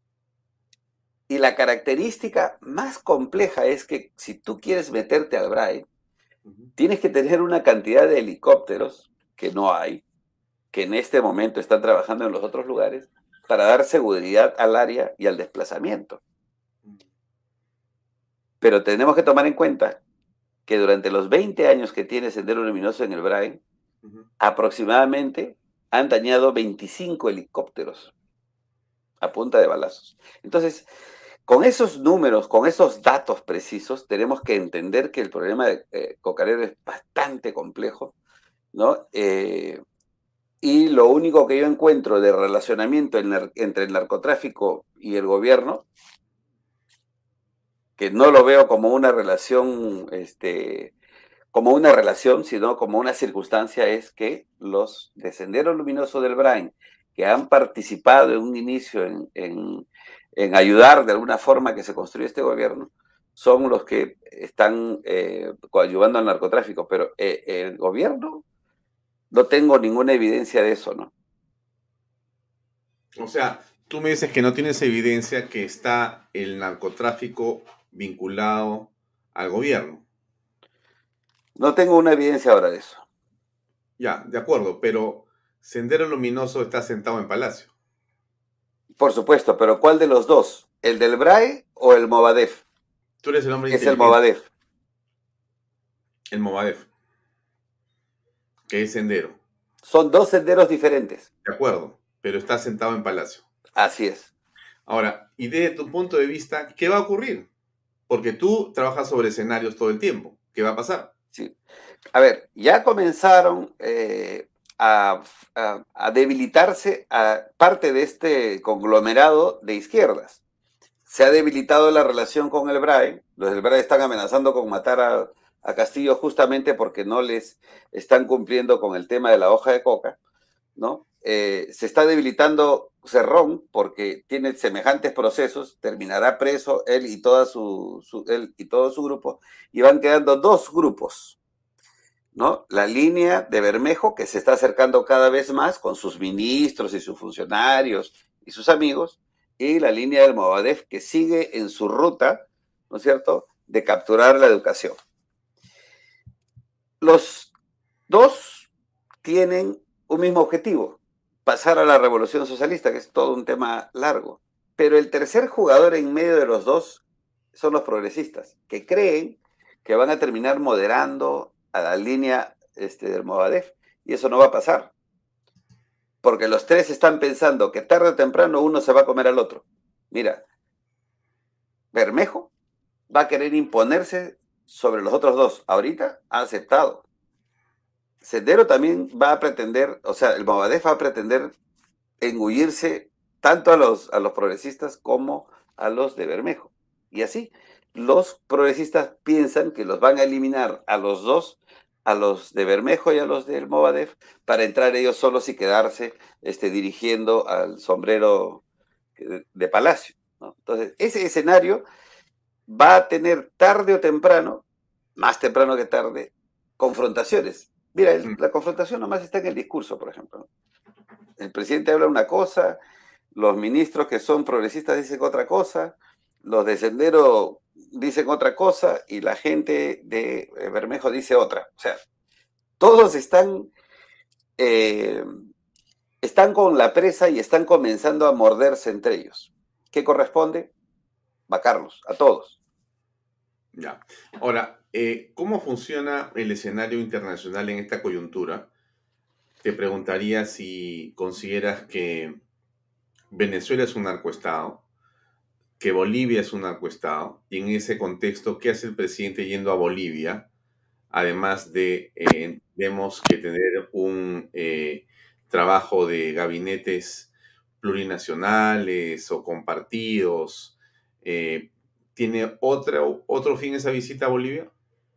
Y la característica más compleja es que si tú quieres meterte al Brain, uh-huh. tienes que tener una cantidad de helicópteros que no hay, que en este momento están trabajando en los otros lugares, para dar seguridad al área y al desplazamiento. Pero tenemos que tomar en cuenta que durante los veinte años que tiene Sendero Luminoso en el Brain, uh-huh. aproximadamente han dañado veinticinco helicópteros a punta de balazos. Entonces, con esos números, con esos datos precisos, tenemos que entender que el problema de eh, Cocarero es bastante complejo, ¿no? Eh, y lo único que yo encuentro de relacionamiento en, entre el narcotráfico y el gobierno, que no lo veo como una relación, este, como una relación, sino como una circunstancia, es que los de Sendero Luminoso del Brain, que han participado en un inicio en, en, en ayudar de alguna forma a que se construya este gobierno, son los que están eh, coadyuvando al narcotráfico, pero eh, el gobierno no tengo ninguna evidencia de eso, ¿no? O sea, tú me dices que no tienes evidencia que está el narcotráfico vinculado al gobierno. No tengo una evidencia ahora de eso. Ya, de acuerdo, pero Sendero Luminoso está sentado en Palacio. Por supuesto, pero ¿cuál de los dos? ¿El del Brae o el Movadef? Tú eres el hombre Es el Movadef. El Movadef. Que es Sendero. Son dos senderos diferentes. De acuerdo, pero está sentado en Palacio. Así es. Ahora, y desde tu punto de vista, ¿qué va a ocurrir? Porque tú trabajas sobre escenarios todo el tiempo. ¿Qué va a pasar? Sí. A ver, ya comenzaron eh, a, a, a debilitarse a parte de este conglomerado de izquierdas. Se ha debilitado la relación con el Brae. Los del Brae están amenazando con matar a, a Castillo justamente porque no les están cumpliendo con el tema de la hoja de coca, ¿no? Eh, se está debilitando Cerrón porque tiene semejantes procesos, terminará preso él y, toda su, su, él y todo su grupo, y van quedando dos grupos, ¿no? La línea de Bermejo, que se está acercando cada vez más con sus ministros y sus funcionarios y sus amigos, y la línea del Movadef, que sigue en su ruta, ¿no es cierto?, de capturar la educación. Los dos tienen un mismo objetivo, pasar a la revolución socialista, que es todo un tema largo. Pero el tercer jugador en medio de los dos son los progresistas, que creen que van a terminar moderando a la línea este, del Movadef, y eso no va a pasar. Porque los tres están pensando que tarde o temprano uno se va a comer al otro. Mira, Bermejo va a querer imponerse sobre los otros dos. Ahorita ha aceptado. Sendero también va a pretender, o sea, el Movadef va a pretender engullirse tanto a los, a los progresistas como a los de Bermejo. Y así, los progresistas piensan que los van a eliminar a los dos, a los de Bermejo y a los del Movadef, para entrar ellos solos y quedarse este, dirigiendo al sombrero de, de Palacio, ¿no? Entonces, ese escenario va a tener tarde o temprano, más temprano que tarde, confrontaciones. Mira, el, la confrontación nomás está en el discurso, por ejemplo, ¿no? El presidente habla una cosa, los ministros que son progresistas dicen otra cosa, los de Sendero dicen otra cosa y la gente de Bermejo dice otra. O sea, todos están, eh, están con la presa y están comenzando a morderse entre ellos. ¿Qué corresponde? Vacarlos, a todos. Ya. Ahora, eh, ¿cómo funciona el escenario internacional en esta coyuntura? Te preguntaría si consideras que Venezuela es un narcoestado, que Bolivia es un narcoestado, y en ese contexto, ¿qué hace el presidente yendo a Bolivia? Además de, eh, tenemos que tener un eh, trabajo de gabinetes plurinacionales o compartidos. Eh, ¿Tiene otro, otro fin esa visita a Bolivia?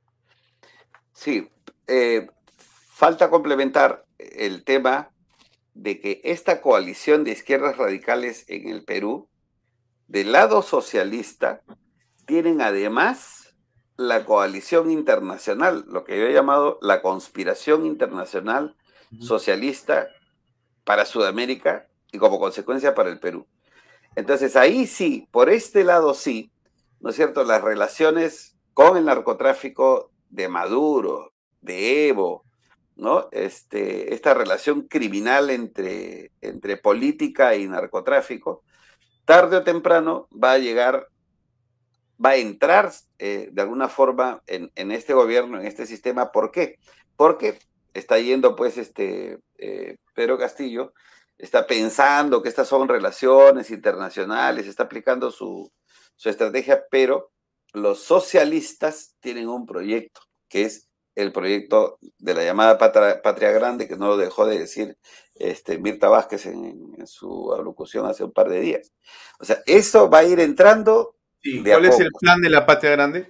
Sí, eh, falta complementar el tema de que esta coalición de izquierdas radicales en el Perú, del lado socialista, tienen además la coalición internacional, lo que yo he llamado la conspiración internacional Ujú. socialista para Sudamérica y como consecuencia para el Perú. Entonces ahí sí, por este lado sí, ¿no es cierto? Las relaciones con el narcotráfico de Maduro, de Evo, ¿no? Este, esta relación criminal entre, entre política y narcotráfico, tarde o temprano va a llegar, va a entrar eh, de alguna forma en, en, este gobierno, en este sistema. ¿Por qué? Porque está yendo pues este eh, Pedro Castillo, está pensando que estas son relaciones internacionales, está aplicando su, su estrategia, pero los socialistas tienen un proyecto, que es el proyecto de la llamada Patria, Patria Grande, que no lo dejó de decir este, Mirta Vázquez en, en su alocución hace un par de días. O sea, eso va a ir entrando Sí, de a ¿cuál es el poco. plan de la Patria Grande?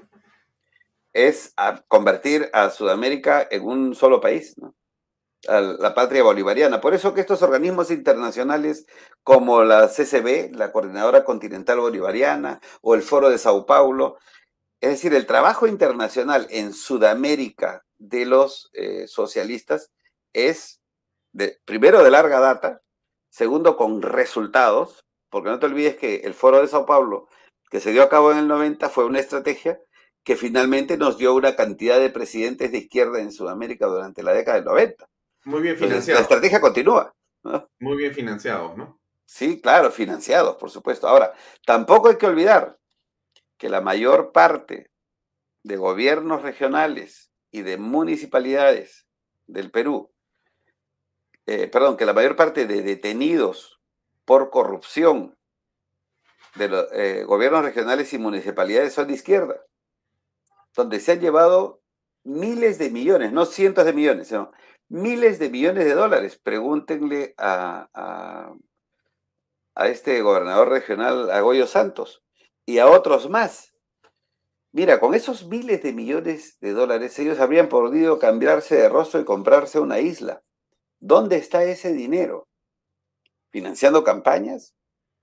Es a convertir a Sudamérica en un solo país, ¿no? A la patria bolivariana. Por eso que estos organismos internacionales como la C C B, la Coordinadora Continental Bolivariana, o el Foro de Sao Paulo, es decir, el trabajo internacional en Sudamérica de los eh, socialistas es, de, primero, de larga data, segundo, con resultados, porque no te olvides que el Foro de Sao Paulo, que se dio a cabo en el noventa, fue una estrategia que finalmente nos dio una cantidad de presidentes de izquierda en Sudamérica durante la década del noventa. Muy bien Entonces, la financiados, estrategia continúa, ¿no? muy bien financiados, ¿no? Sí, claro, financiados, por supuesto. Ahora, tampoco hay que olvidar que la mayor parte de gobiernos regionales y de municipalidades del Perú, eh, perdón, que la mayor parte de detenidos por corrupción de los eh, gobiernos regionales y municipalidades son de izquierda, donde se han llevado miles de millones, no cientos de millones, sino miles de millones de dólares. Pregúntenle a, a, a este gobernador regional, a Goyo Santos, y a otros más. Mira, con esos miles de millones de dólares, ellos habrían podido cambiarse de rostro y comprarse una isla. ¿Dónde está ese dinero? ¿Financiando campañas?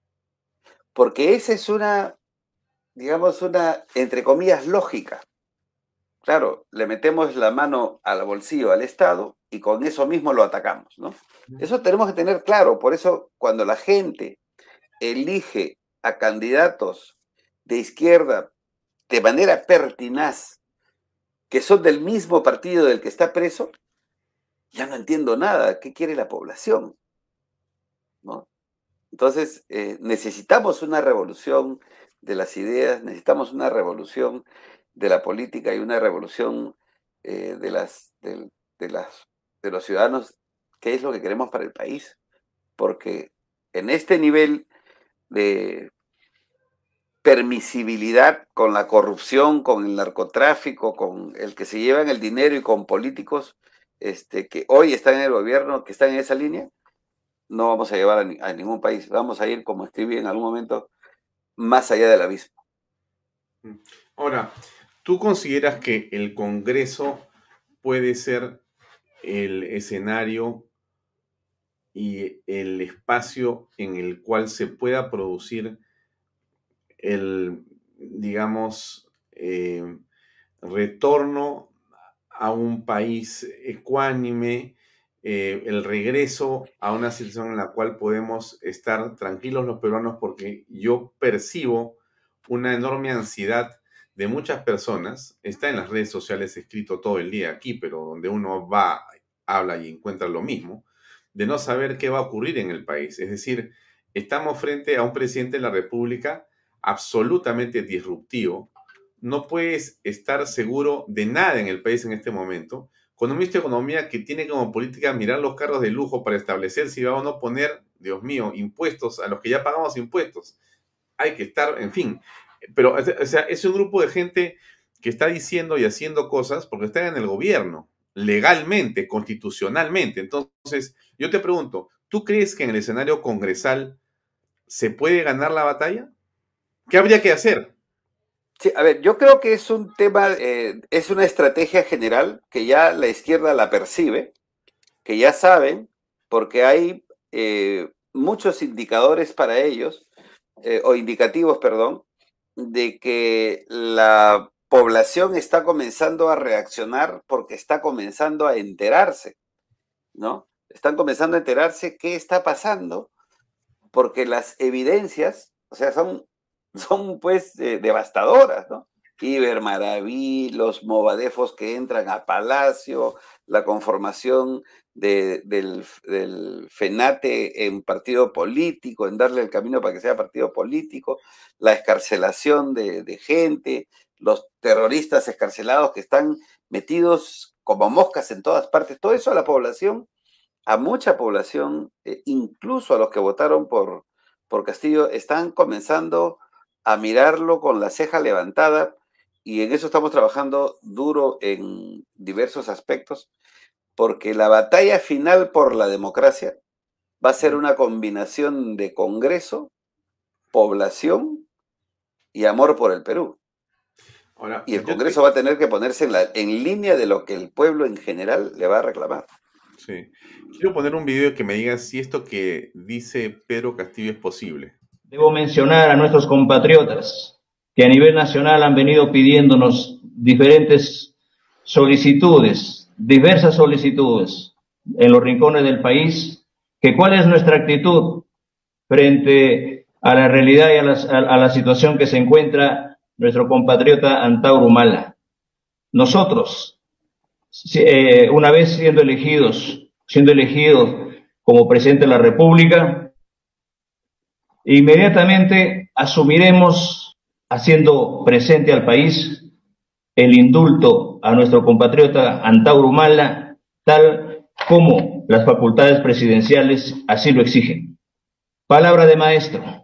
Porque esa es una, digamos, una, entre comillas, lógica. Claro, le metemos la mano al bolsillo al Estado y con eso mismo lo atacamos, ¿no? Eso tenemos que tener claro. Por eso, cuando la gente elige a candidatos de izquierda de manera pertinaz, que son del mismo partido del que está preso, ya no entiendo nada. ¿Qué quiere la población? ¿No? Entonces, eh, necesitamos una revolución de las ideas, necesitamos una revolución de la política y una revolución eh, de, las, de, de, las, de los ciudadanos, qué es lo que queremos para el país. Porque en este nivel de permisibilidad con la corrupción, con el narcotráfico, con el que se llevan el dinero y con políticos este, que hoy están en el gobierno, que están en esa línea, no vamos a llevar a, ni, a ningún país. Vamos a ir, como escribí en algún momento, más allá del abismo. Ahora, ¿tú consideras que el Congreso puede ser el escenario y el espacio en el cual se pueda producir el, digamos, eh, retorno a un país ecuánime eh, el regreso a una situación en la cual podemos estar tranquilos los peruanos, porque yo percibo una enorme ansiedad de muchas personas. Está en las redes sociales escrito todo el día aquí, pero donde uno va, habla y encuentra lo mismo, de no saber qué va a ocurrir en el país. Es decir, estamos frente a un presidente de la República absolutamente disruptivo. No puedes estar seguro de nada en el país en este momento, con un ministro de Economía que tiene como política mirar los carros de lujo para establecer si va o no poner, Dios mío, impuestos a los que ya pagamos impuestos. Hay que estar, en fin. Pero, o sea, es un grupo de gente que está diciendo y haciendo cosas porque están en el gobierno, legalmente, constitucionalmente. Entonces, yo te pregunto, ¿tú crees que en el escenario congresal se puede ganar la batalla? ¿Qué habría que hacer? Sí, a ver, yo creo que es un tema, eh, es una estrategia general que ya la izquierda la percibe, que ya saben, porque hay eh, muchos indicadores para ellos, eh, o indicativos, perdón, de que la población está comenzando a reaccionar porque está comenzando a enterarse, ¿no? Están comenzando a enterarse qué está pasando, porque las evidencias, o sea, son, son pues eh, devastadoras, ¿no? Iber Maraví, los movadefos que entran a Palacio, la conformación de, del, del FENATE en partido político, en darle el camino para que sea partido político, la escarcelación de, de gente, los terroristas escarcelados que están metidos como moscas en todas partes, todo eso a la población, a mucha población, eh, incluso a los que votaron por, por Castillo, están comenzando a mirarlo con la ceja levantada, y en eso estamos trabajando duro en diversos aspectos, porque la batalla final por la democracia va a ser una combinación de Congreso, población y amor por el Perú. Ahora, Y el yo te, Congreso va a tener que ponerse en, la, en línea de lo que el pueblo en general le va a reclamar. sí, quiero poner un video que me diga si esto que dice Pedro Castillo es posible. Debo mencionar a nuestros compatriotas que a nivel nacional han venido pidiéndonos diferentes solicitudes, diversas solicitudes en los rincones del país, que cuál es nuestra actitud frente a la realidad y a la, a la situación que se encuentra nuestro compatriota Antauro Humala. Nosotros, eh, una vez siendo elegidos, siendo elegidos como presidente de la República, inmediatamente asumiremos, haciendo presente al país, el indulto a nuestro compatriota Antauro Humala, tal como las facultades presidenciales así lo exigen. Palabra de maestro.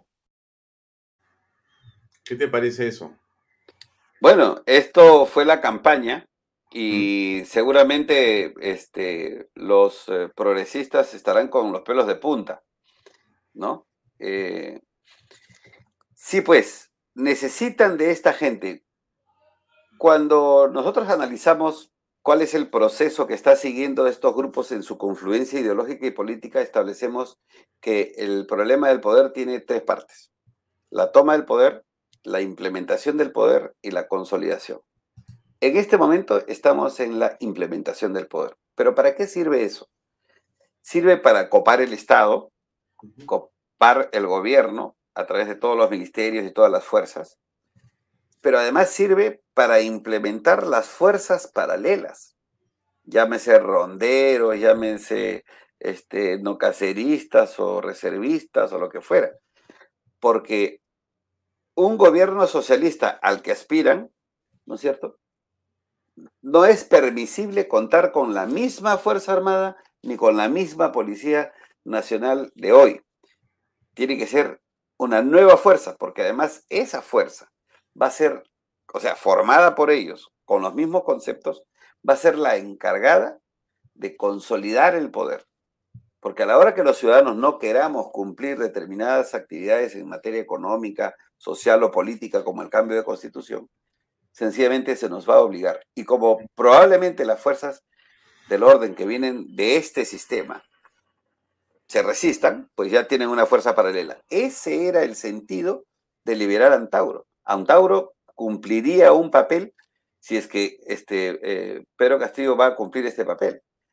¿Qué te parece eso? Bueno, esto fue la campaña y ¿Mm? seguramente este, los eh, progresistas estarán con los pelos de punta, ¿no? Eh, sí, pues, necesitan de esta gente. Cuando nosotros analizamos cuál es el proceso que está siguiendo estos grupos en su confluencia ideológica y política, establecemos que el problema del poder tiene tres partes: la toma del poder, la implementación del poder y la consolidación. En este momento estamos en la implementación del poder. ¿Pero para qué sirve eso? Sirve para copar el Estado, copar el gobierno a través de todos los ministerios y todas las fuerzas, pero además sirve para implementar las fuerzas paralelas, llámese ronderos, llámense este, no caceristas o reservistas o lo que fuera, porque un gobierno socialista al que aspiran, ¿no es cierto?, no es permisible contar con la misma Fuerza Armada ni con la misma Policía Nacional de hoy. Tiene que ser una nueva fuerza, porque además esa fuerza va a ser, o sea, formada por ellos, con los mismos conceptos, va a ser la encargada de consolidar el poder. Porque a la hora que los ciudadanos no queramos cumplir determinadas actividades en materia económica, social o política, como el cambio de constitución, sencillamente se nos va a obligar. Y como probablemente las fuerzas del orden que vienen de este sistema se resistan, pues ya tienen una fuerza paralela. Ese era el sentido de liberar a Antauro. Antauro cumpliría un papel, si es que este, eh, Pedro Castillo va a cumplir este papel.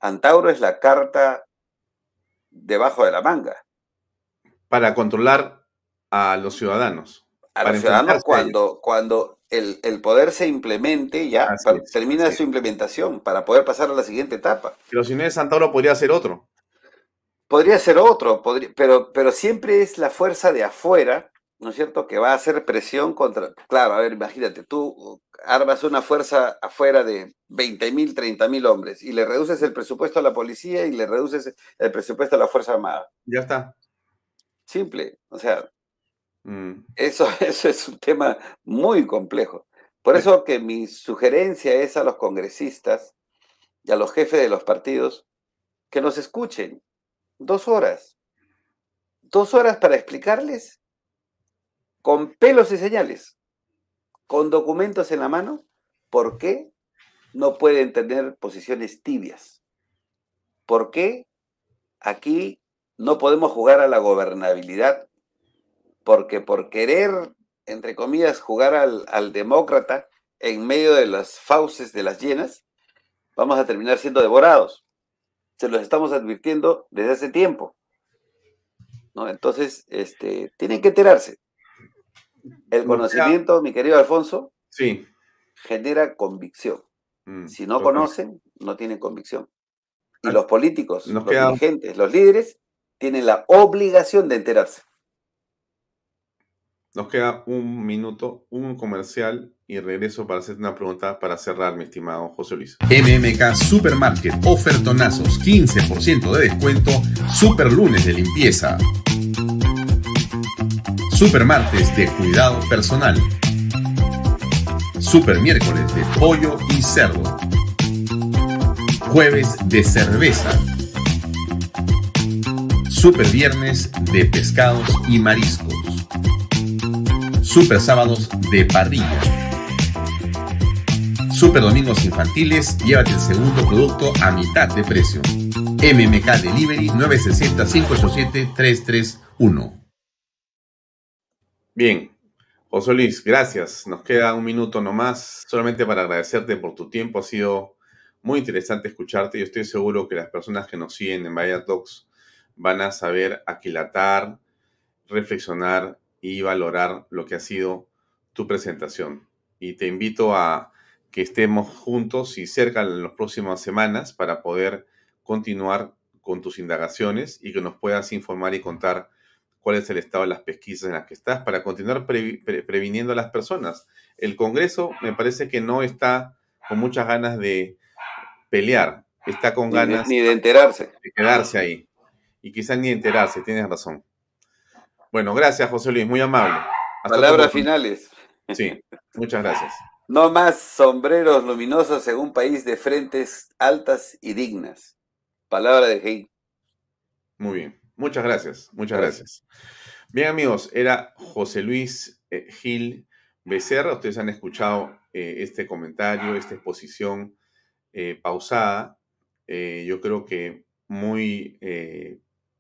Antauro es la carta debajo de la manga. Para controlar a los ciudadanos. A para los ciudadanos enfrentarse a ellos. cuando, cuando el, el poder se implemente, ya Así pa- es, termina así su es. implementación para poder pasar a la siguiente etapa. Pero si no es Santauro, podría ser otro. Podría ser otro, podría, pero, pero siempre es la fuerza de afuera, ¿no es cierto?, que va a hacer presión contra... Claro, a ver, imagínate, tú armas una fuerza afuera de veinte mil, treinta mil hombres y le reduces el presupuesto a la policía y le reduces el presupuesto a la Fuerza Armada. Ya está. Simple, o sea, Mm. eso, eso es un tema muy complejo. Por eso que mi sugerencia es a los congresistas y a los jefes de los partidos que nos escuchen dos horas, dos horas para explicarles con pelos y señales, con documentos en la mano, por qué no pueden tener posiciones tibias, por qué aquí no podemos jugar a la gobernabilidad, porque por querer, entre comillas, jugar al, al demócrata en medio de las fauces de las hienas, vamos a terminar siendo devorados. Se los estamos advirtiendo desde hace tiempo, ¿no? Entonces, este, tienen que enterarse. El Nos queda- conocimiento, mi querido Alfonso, Sí. genera convicción. Mm, Si no ok. conocen, no tienen convicción. Y Ah, los políticos, nos los queda- dirigentes, los líderes, tienen la obligación de enterarse. Nos queda un minuto, un comercial y regreso para hacerte una pregunta para cerrar, mi estimado José Luis. M M K Supermarket, ofertonazos, quince por ciento de descuento, super lunes de limpieza. Super martes de cuidado personal. Super miércoles de pollo y cerdo. Jueves de cerveza. Super viernes de pescados y mariscos. Super sábados de parrilla. Super domingos infantiles, llévate el segundo producto a mitad de precio. M M K Delivery nueve seis cero, cinco ocho siete, tres tres uno. Bien, José Luis, gracias. Nos queda un minuto nomás, solamente para agradecerte por tu tiempo. Ha sido muy interesante escucharte. Yo estoy seguro que las personas que nos siguen en Bahía Talks van a saber aquilatar, reflexionar y valorar lo que ha sido tu presentación. Y te invito a que estemos juntos y cerca en las próximas semanas para poder continuar con tus indagaciones y que nos puedas informar y contar cuál es el estado de las pesquisas en las que estás para continuar pre- pre- previniendo a las personas. El Congreso me parece que no está con muchas ganas de pelear, está con Ni de, ganas ni de enterarse. de quedarse ahí y quizás ni enterarse, tienes razón. Bueno, gracias José Luis, muy amable. Hasta Palabras otra finales. oportunidad. Sí, muchas gracias. No más sombreros luminosos en un país de frentes altas y dignas. Palabra de Hegel. Muy bien, muchas gracias, muchas Gracias. gracias. Bien amigos, era José Luis eh, Gil Becerra. Ustedes han escuchado eh, este comentario, esta exposición eh, pausada. Eh, yo creo que muy, eh,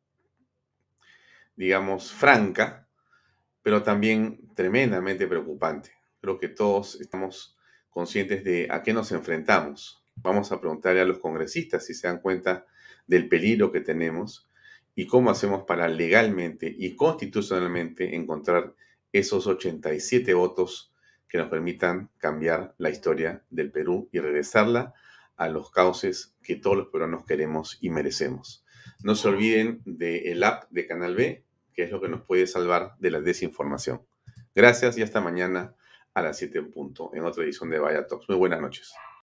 digamos, franca, pero también tremendamente preocupante. Creo que todos estamos conscientes de a qué nos enfrentamos. Vamos a preguntarle a los congresistas si se dan cuenta del peligro que tenemos y cómo hacemos para legalmente y constitucionalmente encontrar esos ochenta y siete votos que nos permitan cambiar la historia del Perú y regresarla a los cauces que todos los peruanos queremos y merecemos. No se olviden del app de Canal B, que es lo que nos puede salvar de la desinformación. Gracias y hasta mañana a las siete en punto en otra edición de Vaya Talks. Muy buenas noches.